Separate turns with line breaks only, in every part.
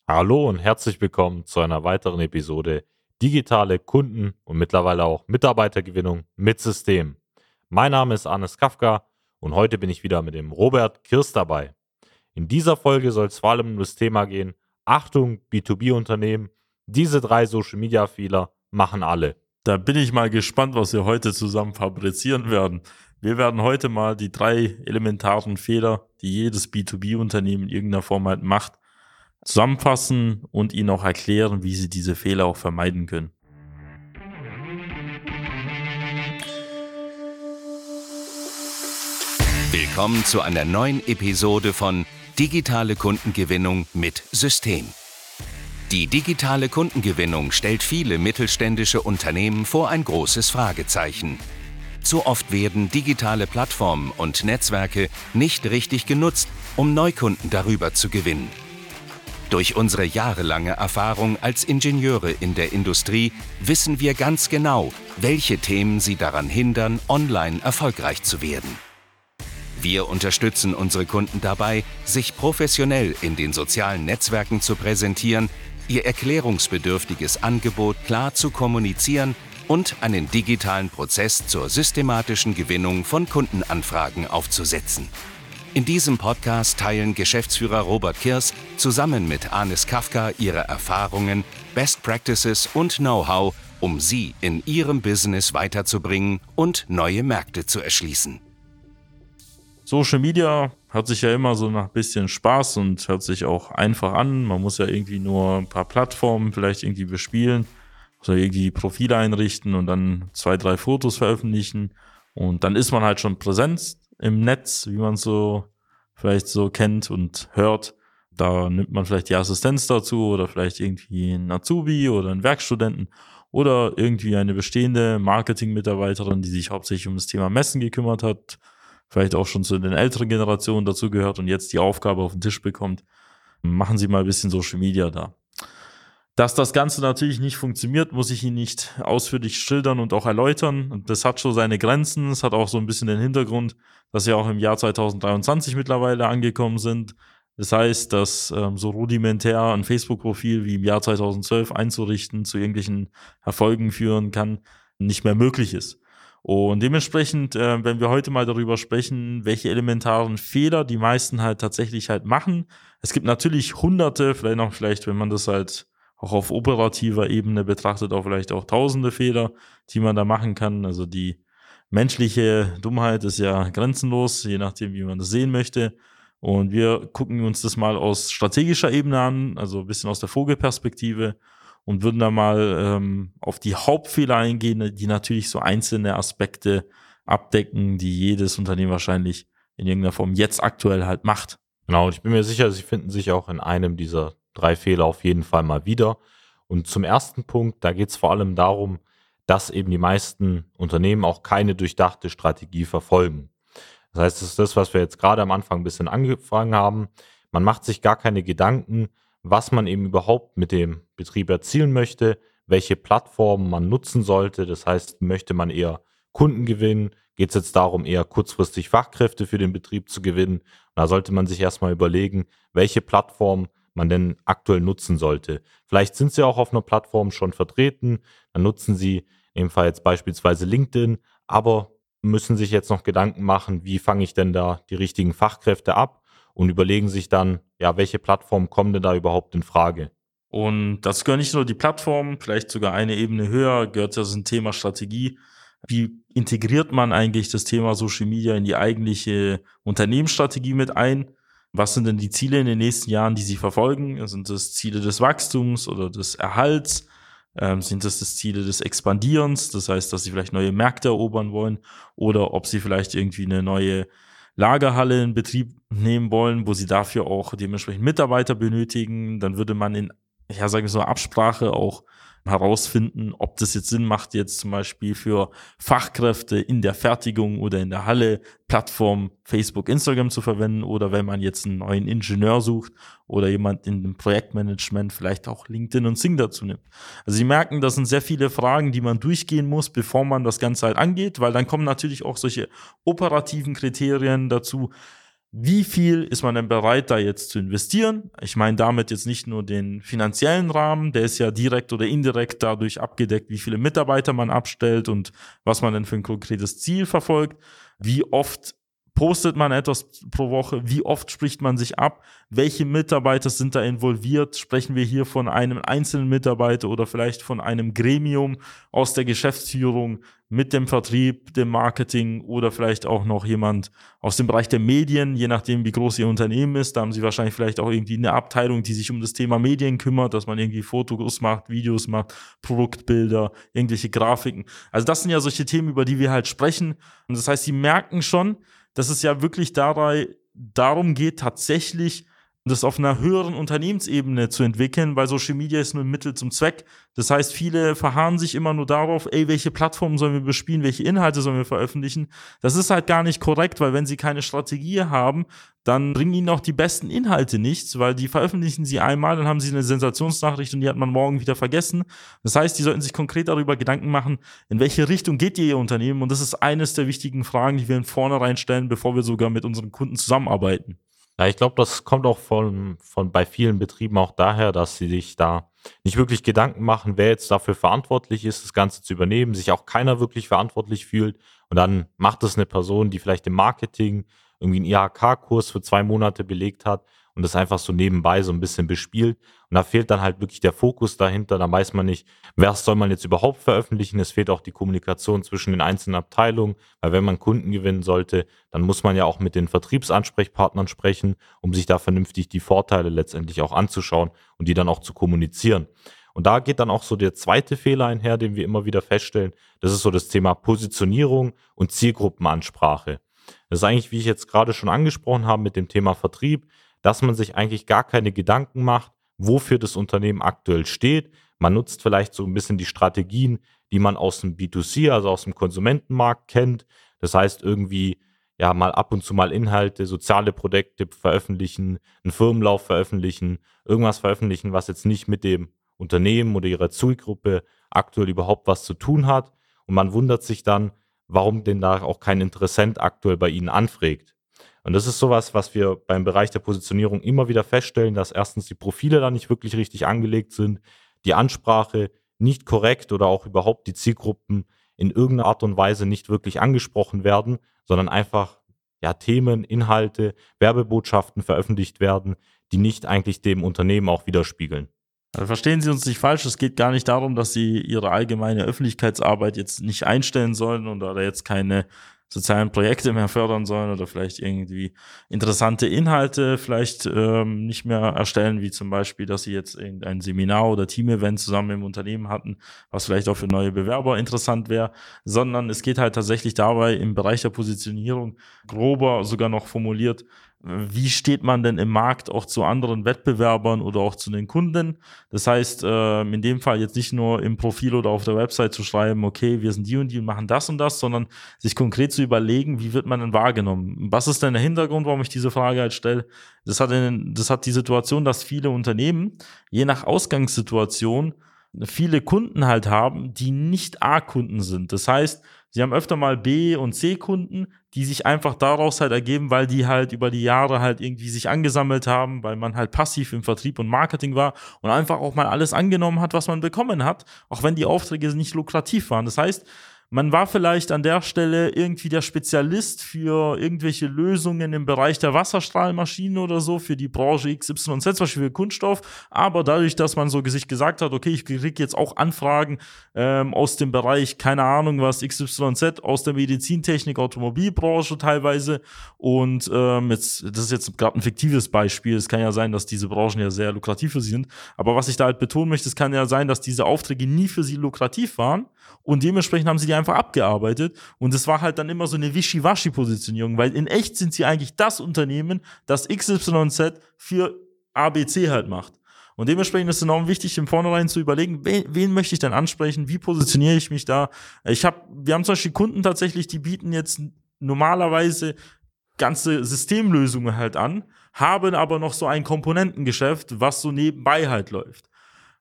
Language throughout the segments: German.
Hallo und herzlich willkommen zu einer weiteren Episode Digitale Kunden- und mittlerweile auch Mitarbeitergewinnung mit System. Mein Name ist Anis Kafka und heute bin ich wieder mit dem Robert Kirst dabei. In dieser Folge soll es vor allem um das Thema gehen: Achtung, B2B-Unternehmen, diese 3 Social-Media-Fehler machen alle.
Da bin ich mal gespannt, was wir heute zusammen fabrizieren werden. Wir werden heute mal die 3 elementaren Fehler, die jedes B2B-Unternehmen in irgendeiner Form halt macht, zusammenfassen und Ihnen auch erklären, wie Sie diese Fehler auch vermeiden können.
Willkommen zu einer neuen Episode von Digitale Kundengewinnung mit System. Die digitale Kundengewinnung stellt viele mittelständische Unternehmen vor ein großes Fragezeichen. Zu oft werden digitale Plattformen und Netzwerke nicht richtig genutzt, um Neukunden darüber zu gewinnen. Durch unsere jahrelange Erfahrung als Ingenieure in der Industrie wissen wir ganz genau, welche Themen sie daran hindern, online erfolgreich zu werden. Wir unterstützen unsere Kunden dabei, sich professionell in den sozialen Netzwerken zu präsentieren, ihr erklärungsbedürftiges Angebot klar zu kommunizieren und einen digitalen Prozess zur systematischen Gewinnung von Kundenanfragen aufzusetzen. In diesem Podcast teilen Geschäftsführer Robert Kirst zusammen mit Anis Kafka ihre Erfahrungen, Best Practices und Know-how, um Sie in Ihrem Business weiterzubringen und neue Märkte zu erschließen.
Social Media hört sich ja immer so nach ein bisschen Spaß und hört sich auch einfach an. Man muss ja irgendwie nur ein paar Plattformen vielleicht irgendwie bespielen, oder irgendwie Profile einrichten und dann 2, 3 Fotos veröffentlichen. Und dann ist man halt schon präsent im Netz, wie man es so vielleicht so kennt und hört. Da nimmt man vielleicht die Assistenz dazu oder vielleicht irgendwie einen Azubi oder einen Werkstudenten oder irgendwie eine bestehende Marketing-Mitarbeiterin, die sich hauptsächlich um das Thema Messen gekümmert hat, vielleicht auch schon zu den älteren Generationen dazugehört und jetzt die Aufgabe auf den Tisch bekommt: Machen Sie mal ein bisschen Social Media da. Dass das Ganze natürlich nicht funktioniert, muss ich Ihnen nicht ausführlich schildern und auch erläutern. Und das hat schon seine Grenzen. Es hat auch so ein bisschen den Hintergrund, dass wir auch im Jahr 2023 mittlerweile angekommen sind. Das heißt, dass so rudimentär ein Facebook-Profil wie im Jahr 2012 einzurichten zu irgendwelchen Erfolgen führen kann, nicht mehr möglich ist. Und dementsprechend, wenn wir heute mal darüber sprechen, welche elementaren Fehler die meisten halt tatsächlich halt machen. Es gibt natürlich hunderte, vielleicht, wenn man das halt auch auf operativer Ebene betrachtet, auch vielleicht auch tausende Fehler, die man da machen kann. Also die menschliche Dummheit ist ja grenzenlos, je nachdem, wie man das sehen möchte. Und wir gucken uns das mal aus strategischer Ebene an, also ein bisschen aus der Vogelperspektive, und würden da mal auf die Hauptfehler eingehen, die natürlich so einzelne Aspekte abdecken, die jedes Unternehmen wahrscheinlich in irgendeiner Form jetzt aktuell halt macht.
Genau, und ich bin mir sicher, sie finden sich auch in einem dieser 3 Fehler auf jeden Fall mal wieder. Und zum ersten Punkt, da geht es vor allem darum, dass eben die meisten Unternehmen auch keine durchdachte Strategie verfolgen. Das heißt, das ist das, was wir jetzt gerade am Anfang ein bisschen angefangen haben. Man macht sich gar keine Gedanken, was man eben überhaupt mit dem Betrieb erzielen möchte, welche Plattformen man nutzen sollte. Das heißt, möchte man eher Kunden gewinnen? Geht es jetzt darum, eher kurzfristig Fachkräfte für den Betrieb zu gewinnen? Da sollte man sich erstmal überlegen, welche Plattform man denn aktuell nutzen sollte. Vielleicht sind Sie auch auf einer Plattform schon vertreten, dann nutzen Sie in dem Fall jetzt beispielsweise LinkedIn, aber müssen sich jetzt noch Gedanken machen, wie fange ich denn da die richtigen Fachkräfte ab, und überlegen sich dann, ja, welche Plattformen kommen denn da überhaupt in Frage.
Und das gehört nicht nur die Plattform, vielleicht sogar eine Ebene höher, gehört das ein Thema Strategie. Wie integriert man eigentlich das Thema Social Media in die eigentliche Unternehmensstrategie mit ein? Was sind denn die Ziele in den nächsten Jahren, die Sie verfolgen? Sind das Ziele des Wachstums oder des Erhalts? Sind das Ziele des Expandierens? Das heißt, dass Sie vielleicht neue Märkte erobern wollen, oder ob Sie vielleicht irgendwie eine neue Lagerhalle in Betrieb nehmen wollen, wo Sie dafür auch dementsprechend Mitarbeiter benötigen. Dann würde man in, ja, sagen wir so, Absprache auch herausfinden, ob das jetzt Sinn macht, jetzt zum Beispiel für Fachkräfte in der Fertigung oder in der Halle Plattform Facebook, Instagram zu verwenden, oder wenn man jetzt einen neuen Ingenieur sucht oder jemand in dem Projektmanagement, vielleicht auch LinkedIn und Xing dazu nimmt. Also Sie merken, das sind sehr viele Fragen, die man durchgehen muss, bevor man das Ganze halt angeht, weil dann kommen natürlich auch solche operativen Kriterien dazu. wie viel ist man denn bereit, da jetzt zu investieren? Ich meine damit jetzt nicht nur den finanziellen Rahmen, der ist ja direkt oder indirekt dadurch abgedeckt, wie viele Mitarbeiter man abstellt und was man denn für ein konkretes Ziel verfolgt. Wie oft postet man etwas pro Woche? Wie oft spricht man sich ab? Welche Mitarbeiter sind da involviert? Sprechen wir hier von einem einzelnen Mitarbeiter oder vielleicht von einem Gremium aus der Geschäftsführung mit dem Vertrieb, dem Marketing oder vielleicht auch noch jemand aus dem Bereich der Medien, je nachdem, wie groß Ihr Unternehmen ist. Da haben Sie wahrscheinlich vielleicht auch irgendwie eine Abteilung, die sich um das Thema Medien kümmert, dass man irgendwie Fotos macht, Videos macht, Produktbilder, irgendwelche Grafiken. Also das sind ja solche Themen, über die wir halt sprechen. Und das heißt, Sie merken schon, dass es ja wirklich darum geht, tatsächlich das auf einer höheren Unternehmensebene zu entwickeln, weil Social Media ist nur ein Mittel zum Zweck. Das heißt, viele verharren sich immer nur darauf, welche Plattformen sollen wir bespielen, welche Inhalte sollen wir veröffentlichen. Das ist halt gar nicht korrekt, weil wenn sie keine Strategie haben, dann bringen ihnen auch die besten Inhalte nichts, weil die veröffentlichen sie einmal, dann haben sie eine Sensationsnachricht und die hat man morgen wieder vergessen. Das heißt, die sollten sich konkret darüber Gedanken machen, in welche Richtung geht ihr Unternehmen, und das ist eines der wichtigen Fragen, die wir in vornherein stellen, bevor wir sogar mit unseren Kunden zusammenarbeiten.
Ja, ich glaube, das kommt auch von bei vielen Betrieben auch daher, dass sie sich da nicht wirklich Gedanken machen, wer jetzt dafür verantwortlich ist, das Ganze zu übernehmen, sich auch keiner wirklich verantwortlich fühlt. Und dann macht es eine Person, die vielleicht im Marketing irgendwie einen IHK-Kurs für 2 Monate belegt hat und das einfach so nebenbei so ein bisschen bespielt. Und da fehlt dann halt wirklich der Fokus dahinter. Da weiß man nicht, was soll man jetzt überhaupt veröffentlichen. Es fehlt auch die Kommunikation zwischen den einzelnen Abteilungen, weil wenn man Kunden gewinnen sollte, dann muss man ja auch mit den Vertriebsansprechpartnern sprechen, um sich da vernünftig die Vorteile letztendlich auch anzuschauen und die dann auch zu kommunizieren. Und da geht dann auch so der zweite Fehler einher, den wir immer wieder feststellen. Das ist so das Thema Positionierung und Zielgruppenansprache. Das ist eigentlich, wie ich jetzt gerade schon angesprochen habe mit dem Thema Vertrieb, dass man sich eigentlich gar keine Gedanken macht, wofür das Unternehmen aktuell steht. Man nutzt vielleicht so ein bisschen die Strategien, die man aus dem B2C, also aus dem Konsumentenmarkt kennt. Das heißt irgendwie ja mal ab und zu mal Inhalte, soziale Projekte veröffentlichen, einen Firmenlauf veröffentlichen, irgendwas veröffentlichen, was jetzt nicht mit dem Unternehmen oder ihrer Zielgruppe aktuell überhaupt was zu tun hat. Und man wundert sich dann, warum denn da auch kein Interessent aktuell bei Ihnen anfragt. Und das ist sowas, was wir beim Bereich der Positionierung immer wieder feststellen, dass erstens die Profile da nicht wirklich richtig angelegt sind, die Ansprache nicht korrekt oder auch überhaupt die Zielgruppen in irgendeiner Art und Weise nicht wirklich angesprochen werden, sondern einfach ja, Themen, Inhalte, Werbebotschaften veröffentlicht werden, die nicht eigentlich dem Unternehmen auch widerspiegeln.
Also verstehen Sie uns nicht falsch, es geht gar nicht darum, dass Sie Ihre allgemeine Öffentlichkeitsarbeit jetzt nicht einstellen sollen oder jetzt keine sozialen Projekte mehr fördern sollen oder vielleicht irgendwie interessante Inhalte vielleicht nicht mehr erstellen, wie zum Beispiel, dass Sie jetzt irgendein Seminar oder Team-Event zusammen im Unternehmen hatten, was vielleicht auch für neue Bewerber interessant wäre, sondern es geht halt tatsächlich dabei im Bereich der Positionierung grober sogar noch formuliert, wie steht man denn im Markt auch zu anderen Wettbewerbern oder auch zu den Kunden? Das heißt, in dem Fall jetzt nicht nur im Profil oder auf der Website zu schreiben, okay, wir sind die und machen das und das, sondern sich konkret zu überlegen, wie wird man denn wahrgenommen? Was ist denn der Hintergrund, warum ich diese Frage halt stelle? Das hat die Situation, dass viele Unternehmen, je nach Ausgangssituation, viele Kunden halt haben, die nicht A-Kunden sind. Das heißt, sie haben öfter mal B- und C-Kunden, die sich einfach daraus halt ergeben, weil die halt über die Jahre halt irgendwie sich angesammelt haben, weil man halt passiv im Vertrieb und Marketing war und einfach auch mal alles angenommen hat, was man bekommen hat, auch wenn die Aufträge nicht lukrativ waren. Das heißt, man war vielleicht an der Stelle irgendwie der Spezialist für irgendwelche Lösungen im Bereich der Wasserstrahlmaschinen oder so, für die Branche XYZ, zum Beispiel für Kunststoff. Aber dadurch, dass man so sich gesagt hat, okay, ich kriege jetzt auch Anfragen aus dem Bereich, keine Ahnung was, XYZ, aus der Medizintechnik, Automobilbranche teilweise. Und das ist jetzt gerade ein fiktives Beispiel. Es kann ja sein, dass diese Branchen ja sehr lukrativ für sie sind. Aber was ich da halt betonen möchte, es kann ja sein, dass diese Aufträge nie für sie lukrativ waren. Und dementsprechend haben sie die einfach abgearbeitet. Und es war halt dann immer so eine Wischiwaschi-Positionierung, weil in echt sind sie eigentlich das Unternehmen, das XYZ für ABC halt macht. Und dementsprechend ist es enorm wichtig, im Vornherein zu überlegen, wen möchte ich denn ansprechen, wie positioniere ich mich da. Wir haben zum Beispiel Kunden tatsächlich, die bieten jetzt normalerweise ganze Systemlösungen halt an, haben aber noch so ein Komponentengeschäft, was so nebenbei halt läuft.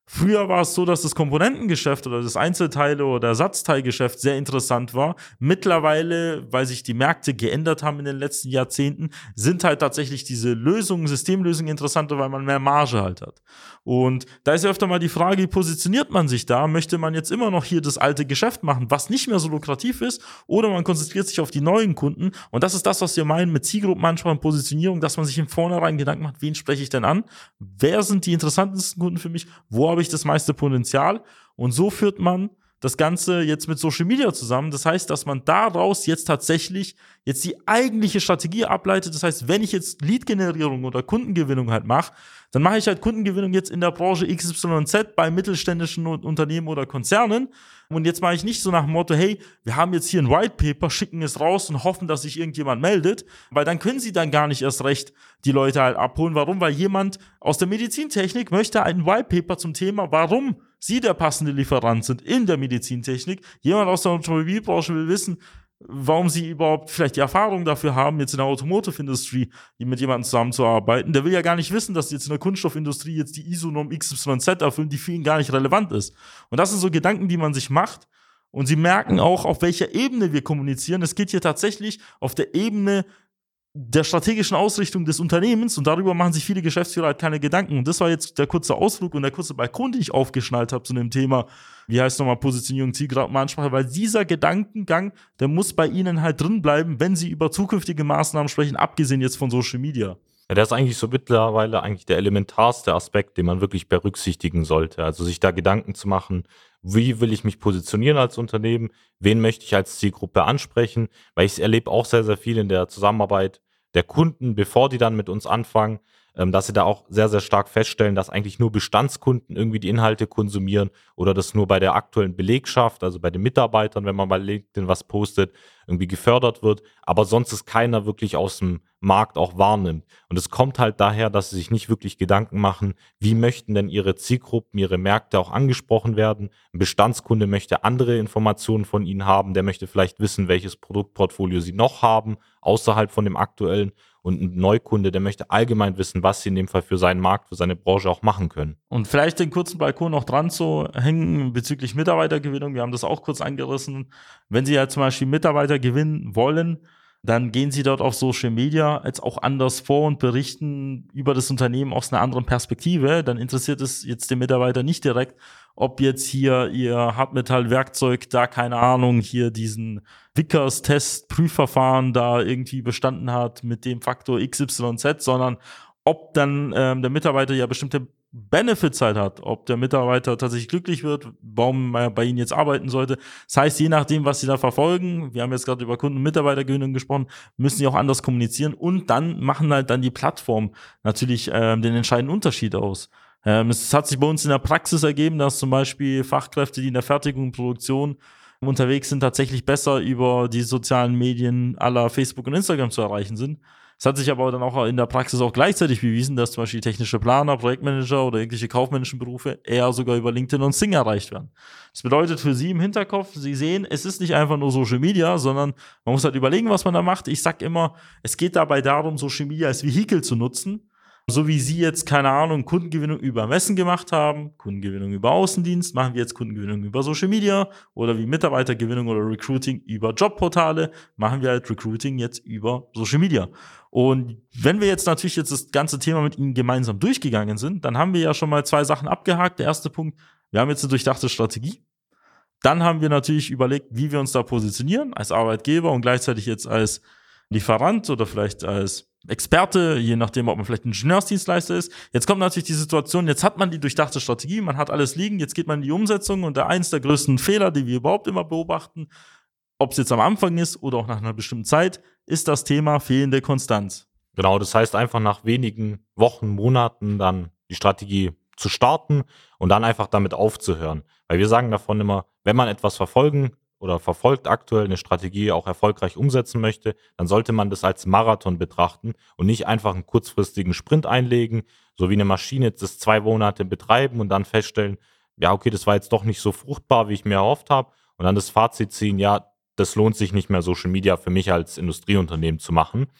Früher war es so, dass das Komponentengeschäft oder das Einzelteile- oder Ersatzteilgeschäft sehr interessant war. Mittlerweile, weil sich die Märkte geändert haben in den letzten Jahrzehnten, sind halt tatsächlich diese Lösungen, Systemlösungen interessanter, weil man mehr Marge halt hat. Und da ist ja öfter mal die Frage, wie positioniert man sich da? Möchte man jetzt immer noch hier das alte Geschäft machen, was nicht mehr so lukrativ ist, oder man konzentriert sich auf die neuen Kunden? Und das ist das, was wir meinen mit Zielgruppenansprache und Positionierung, dass man sich im Vornherein Gedanken macht, wen spreche ich denn an? Wer sind die interessantesten Kunden für mich? Wo habe ich das meiste Potenzial? Und so führt man das Ganze jetzt mit Social Media zusammen. Das heißt, dass man daraus jetzt tatsächlich jetzt die eigentliche Strategie ableitet. Das heißt, wenn ich jetzt Lead-Generierung oder Kundengewinnung halt mache, dann mache ich halt Kundengewinnung jetzt in der Branche XYZ bei mittelständischen Unternehmen oder Konzernen. Und jetzt mache ich nicht so nach dem Motto, hey, wir haben jetzt hier ein White Paper, schicken es raus und hoffen, dass sich irgendjemand meldet, weil dann können sie dann gar nicht erst recht die Leute halt abholen. Warum? Weil jemand aus der Medizintechnik möchte ein White Paper zum Thema, warum sie der passende Lieferant sind in der Medizintechnik. Jemand aus der Automobilbranche will wissen, warum sie überhaupt vielleicht die Erfahrung dafür haben, jetzt in der Automotive-Industrie mit jemandem zusammenzuarbeiten. Der will ja gar nicht wissen, dass jetzt in der Kunststoffindustrie jetzt die ISO-Norm XYZ erfüllen, die für ihn gar nicht relevant ist. Und das sind so Gedanken, die man sich macht. Und sie merken auch, auf welcher Ebene wir kommunizieren. Es geht hier tatsächlich auf der Ebene der strategischen Ausrichtung des Unternehmens, und darüber machen sich viele Geschäftsführer halt keine Gedanken. Und das war jetzt der kurze Ausflug und der kurze Balkon, den ich aufgeschnallt habe zu dem Thema, wie heißt nochmal Positionierung, Zielgruppenansprache, weil dieser Gedankengang, der muss bei Ihnen halt drin bleiben, wenn Sie über zukünftige Maßnahmen sprechen, abgesehen jetzt von Social Media.
Ja, der ist eigentlich so mittlerweile eigentlich der elementarste Aspekt, den man wirklich berücksichtigen sollte. Also sich da Gedanken zu machen, wie will ich mich positionieren als Unternehmen, wen möchte ich als Zielgruppe ansprechen, weil ich erlebe auch sehr, sehr viel in der Zusammenarbeit der Kunden, bevor die dann mit uns anfangen, dass sie da auch sehr, sehr stark feststellen, dass eigentlich nur Bestandskunden irgendwie die Inhalte konsumieren oder das nur bei der aktuellen Belegschaft, also bei den Mitarbeitern, wenn man bei LinkedIn was postet, irgendwie gefördert wird, aber sonst ist keiner wirklich aus dem Markt auch wahrnimmt. Und es kommt halt daher, dass sie sich nicht wirklich Gedanken machen, wie möchten denn ihre Zielgruppen, ihre Märkte auch angesprochen werden. Ein Bestandskunde möchte andere Informationen von ihnen haben, der möchte vielleicht wissen, welches Produktportfolio sie noch haben, außerhalb von dem aktuellen. Und ein Neukunde, der möchte allgemein wissen, was sie in dem Fall für seinen Markt, für seine Branche auch machen können.
Und vielleicht den kurzen Balkon noch dran zu hängen bezüglich Mitarbeitergewinnung. Wir haben das auch kurz angerissen. Wenn Sie ja zum Beispiel Mitarbeiter gewinnen wollen, dann gehen Sie dort auf Social Media jetzt auch anders vor und berichten über das Unternehmen aus einer anderen Perspektive. Dann interessiert es jetzt den Mitarbeiter nicht direkt, ob jetzt hier Ihr Hartmetallwerkzeug da, keine Ahnung, hier diesen Vickers-Test-Prüfverfahren da irgendwie bestanden hat mit dem Faktor XYZ, sondern ob dann der Mitarbeiter ja bestimmte Benefits halt hat, ob der Mitarbeiter tatsächlich glücklich wird, warum er bei Ihnen jetzt arbeiten sollte. Das heißt, je nachdem, was Sie da verfolgen, wir haben jetzt gerade über Kunden- und Mitarbeitergewinnung gesprochen, müssen Sie auch anders kommunizieren, und dann machen halt dann die Plattform natürlich den entscheidenden Unterschied aus. Es hat sich bei uns in der Praxis ergeben, dass zum Beispiel Fachkräfte, die in der Fertigung und Produktion unterwegs sind, tatsächlich besser über die sozialen Medien à la Facebook und Instagram zu erreichen sind. Es hat sich aber dann auch in der Praxis auch gleichzeitig bewiesen, dass zum Beispiel technische Planer, Projektmanager oder irgendwelche kaufmännischen Berufe eher sogar über LinkedIn und Xing erreicht werden. Das bedeutet für Sie im Hinterkopf, Sie sehen, es ist nicht einfach nur Social Media, sondern man muss halt überlegen, was man da macht. Ich sag immer, es geht dabei darum, Social Media als Vehikel zu nutzen. So wie Sie jetzt, keine Ahnung, Kundengewinnung über Messen gemacht haben, Kundengewinnung über Außendienst, machen wir jetzt Kundengewinnung über Social Media, oder wie Mitarbeitergewinnung oder Recruiting über Jobportale, machen wir halt Recruiting jetzt über Social Media. Und wenn wir jetzt natürlich jetzt das ganze Thema mit Ihnen gemeinsam durchgegangen sind, dann haben wir ja schon mal 2 Sachen abgehakt. Der erste Punkt, wir haben jetzt eine durchdachte Strategie. Dann haben wir natürlich überlegt, wie wir uns da positionieren, als Arbeitgeber und gleichzeitig jetzt als Lieferant oder vielleicht als Experte, je nachdem, ob man vielleicht ein Ingenieursdienstleister ist. Jetzt kommt natürlich die Situation, jetzt hat man die durchdachte Strategie, man hat alles liegen, jetzt geht man in die Umsetzung, und eins der größten Fehler, die wir überhaupt immer beobachten, ob es jetzt am Anfang ist oder auch nach einer bestimmten Zeit, ist das Thema fehlende Konstanz.
Genau, das heißt einfach nach wenigen Wochen, Monaten dann die Strategie zu starten und dann einfach damit aufzuhören. Weil wir sagen davon immer, wenn man etwas verfolgt aktuell eine Strategie auch erfolgreich umsetzen möchte, dann sollte man das als Marathon betrachten und nicht einfach einen kurzfristigen Sprint einlegen, so wie eine Maschine jetzt das 2 Monate betreiben und dann feststellen, ja okay, das war jetzt doch nicht so fruchtbar, wie ich mir erhofft habe, und dann das Fazit ziehen, ja, das lohnt sich nicht mehr, Social Media für mich als Industrieunternehmen zu machen.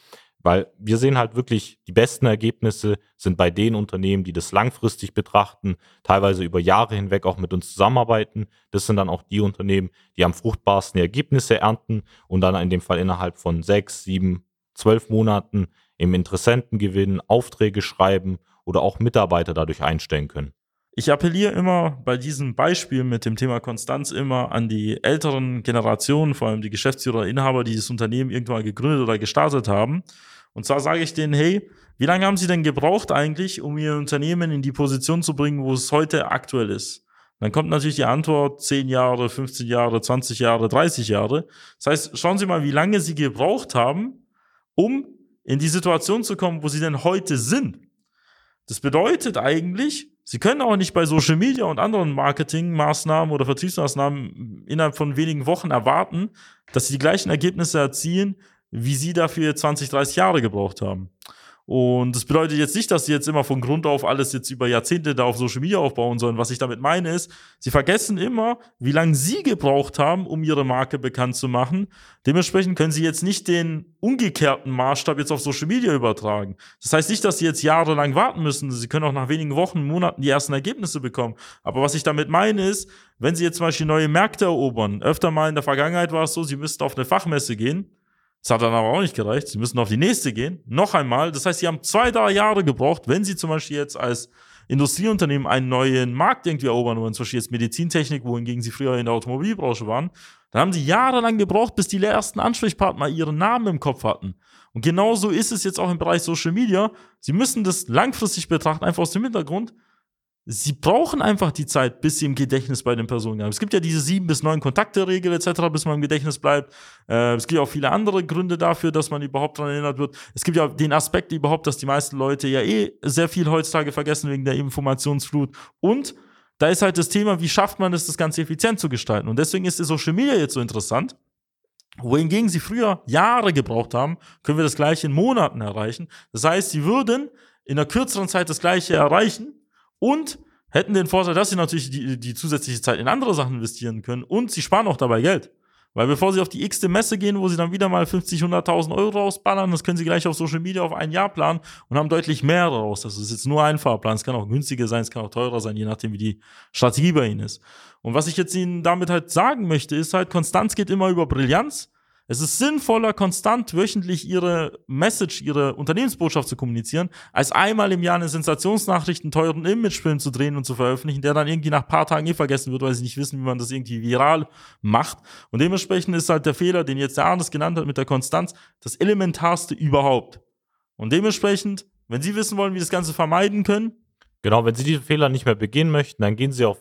Weil wir sehen halt wirklich, die besten Ergebnisse sind bei den Unternehmen, die das langfristig betrachten, teilweise über Jahre hinweg auch mit uns zusammenarbeiten. Das sind dann auch die Unternehmen, die am fruchtbarsten Ergebnisse ernten und dann in dem Fall innerhalb von 6, 7, 12 Monaten im Interessenten gewinnen, Aufträge schreiben oder auch Mitarbeiter dadurch einstellen können.
Ich appelliere immer bei diesem Beispiel mit dem Thema Konstanz immer an die älteren Generationen, vor allem die Geschäftsführer, Inhaber, die das Unternehmen irgendwann gegründet oder gestartet haben. Und zwar sage ich denen, hey, wie lange haben Sie denn gebraucht eigentlich, um Ihr Unternehmen in die Position zu bringen, wo es heute aktuell ist? Dann kommt natürlich die Antwort 10 Jahre, 15 Jahre, 20 Jahre, 30 Jahre. Das heißt, schauen Sie mal, wie lange Sie gebraucht haben, um in die Situation zu kommen, wo Sie denn heute sind. Das bedeutet eigentlich, Sie können auch nicht bei Social Media und anderen Marketingmaßnahmen oder Vertriebsmaßnahmen innerhalb von wenigen Wochen erwarten, dass Sie die gleichen Ergebnisse erzielen, wie Sie dafür 20, 30 Jahre gebraucht haben. Und das bedeutet jetzt nicht, dass Sie jetzt immer von Grund auf alles jetzt über Jahrzehnte da auf Social Media aufbauen sollen. Was ich damit meine ist, Sie vergessen immer, wie lange Sie gebraucht haben, um Ihre Marke bekannt zu machen. Dementsprechend können Sie jetzt nicht den umgekehrten Maßstab jetzt auf Social Media übertragen. Das heißt nicht, dass Sie jetzt jahrelang warten müssen. Sie können auch nach wenigen Wochen, Monaten die ersten Ergebnisse bekommen. Aber was ich damit meine ist, wenn Sie jetzt zum Beispiel neue Märkte erobern, öfter mal in der Vergangenheit war es so, Sie müssten auf eine Fachmesse gehen. Das hat dann aber auch nicht gereicht. Sie müssen auf die nächste gehen. Noch einmal. Das heißt, Sie haben 2, 3 Jahre gebraucht, wenn Sie zum Beispiel jetzt als Industrieunternehmen einen neuen Markt irgendwie erobern wollen, zum Beispiel jetzt Medizintechnik, wohingegen Sie früher in der Automobilbranche waren, dann haben Sie jahrelang gebraucht, bis die ersten Ansprechpartner ihren Namen im Kopf hatten. Und genauso ist es jetzt auch im Bereich Social Media. Sie müssen das langfristig betrachten, einfach aus dem Hintergrund. Sie brauchen einfach die Zeit, bis sie im Gedächtnis bei den Personen haben. Es gibt ja diese 7 bis 9 Kontakte-Regel etc., bis man im Gedächtnis bleibt. Es gibt ja auch viele andere Gründe dafür, dass man überhaupt daran erinnert wird. Es gibt ja den Aspekt überhaupt, dass die meisten Leute ja sehr viel heutzutage vergessen wegen der Informationsflut. Und da ist halt das Thema, wie schafft man es, das Ganze effizient zu gestalten. Und deswegen ist die Social Media jetzt so interessant. Wohingegen sie früher Jahre gebraucht haben, können wir das Gleiche in Monaten erreichen. Das heißt, sie würden in einer kürzeren Zeit das Gleiche erreichen, und hätten den Vorteil, dass sie natürlich die zusätzliche Zeit in andere Sachen investieren können und sie sparen auch dabei Geld. Weil bevor sie auf die x-te Messe gehen, wo sie dann wieder mal 50, 100.000 Euro rausballern, das können sie gleich auf Social Media auf ein Jahr planen und haben deutlich mehr raus. Das ist jetzt nur ein Fahrplan. Es kann auch günstiger sein, es kann auch teurer sein, je nachdem, wie die Strategie bei ihnen ist. Und was ich jetzt Ihnen damit halt sagen möchte, ist halt, Konstanz geht immer über Brillanz. Es ist sinnvoller, konstant wöchentlich Ihre Message, Ihre Unternehmensbotschaft zu kommunizieren, als einmal im Jahr eine Sensationsnachricht, einen teuren Imagefilm zu drehen und zu veröffentlichen, der dann irgendwie nach ein paar Tagen vergessen wird, weil Sie nicht wissen, wie man das irgendwie viral macht. Und dementsprechend ist halt der Fehler, den jetzt der Arnes genannt hat mit der Konstanz, das Elementarste überhaupt. Und dementsprechend, wenn Sie wissen wollen, wie das Ganze vermeiden können,
genau, wenn Sie diese Fehler nicht mehr begehen möchten, dann gehen Sie auf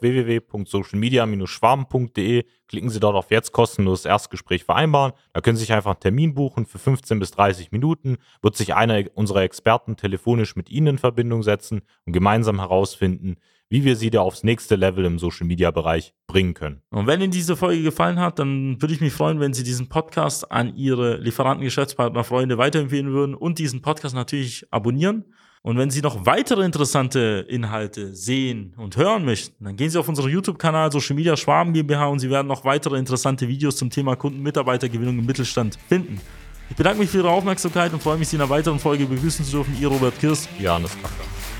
www.socialmedia-schwaben.de, klicken Sie dort auf jetzt kostenloses Erstgespräch vereinbaren. Da können Sie sich einfach einen Termin buchen für 15 bis 30 Minuten, wird sich einer unserer Experten telefonisch mit Ihnen in Verbindung setzen und gemeinsam herausfinden, wie wir Sie da aufs nächste Level im Social-Media-Bereich bringen können.
Und wenn Ihnen diese Folge gefallen hat, dann würde ich mich freuen, wenn Sie diesen Podcast an Ihre Lieferanten, Geschäftspartner, Freunde weiterempfehlen würden und diesen Podcast natürlich abonnieren. Und wenn Sie noch weitere interessante Inhalte sehen und hören möchten, dann gehen Sie auf unseren YouTube-Kanal Social Media Schwaben GmbH und Sie werden noch weitere interessante Videos zum Thema Kunden-Mitarbeitergewinnung im Mittelstand finden. Ich bedanke mich für Ihre Aufmerksamkeit und freue mich, Sie in einer weiteren Folge begrüßen zu dürfen. Ihr Robert Kirst.
Johannes Kacker.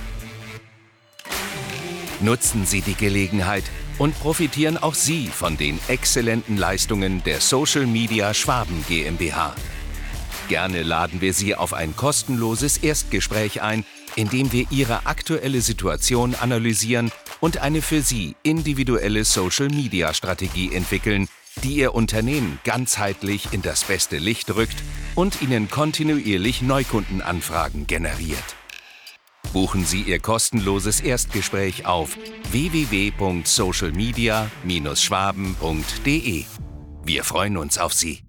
Nutzen Sie die Gelegenheit und profitieren auch Sie von den exzellenten Leistungen der Social Media Schwaben GmbH. Gerne laden wir Sie auf ein kostenloses Erstgespräch ein, in dem wir Ihre aktuelle Situation analysieren und eine für Sie individuelle Social-Media-Strategie entwickeln, die Ihr Unternehmen ganzheitlich in das beste Licht rückt und Ihnen kontinuierlich Neukundenanfragen generiert. Buchen Sie Ihr kostenloses Erstgespräch auf www.socialmedia-schwaben.de. Wir freuen uns auf Sie.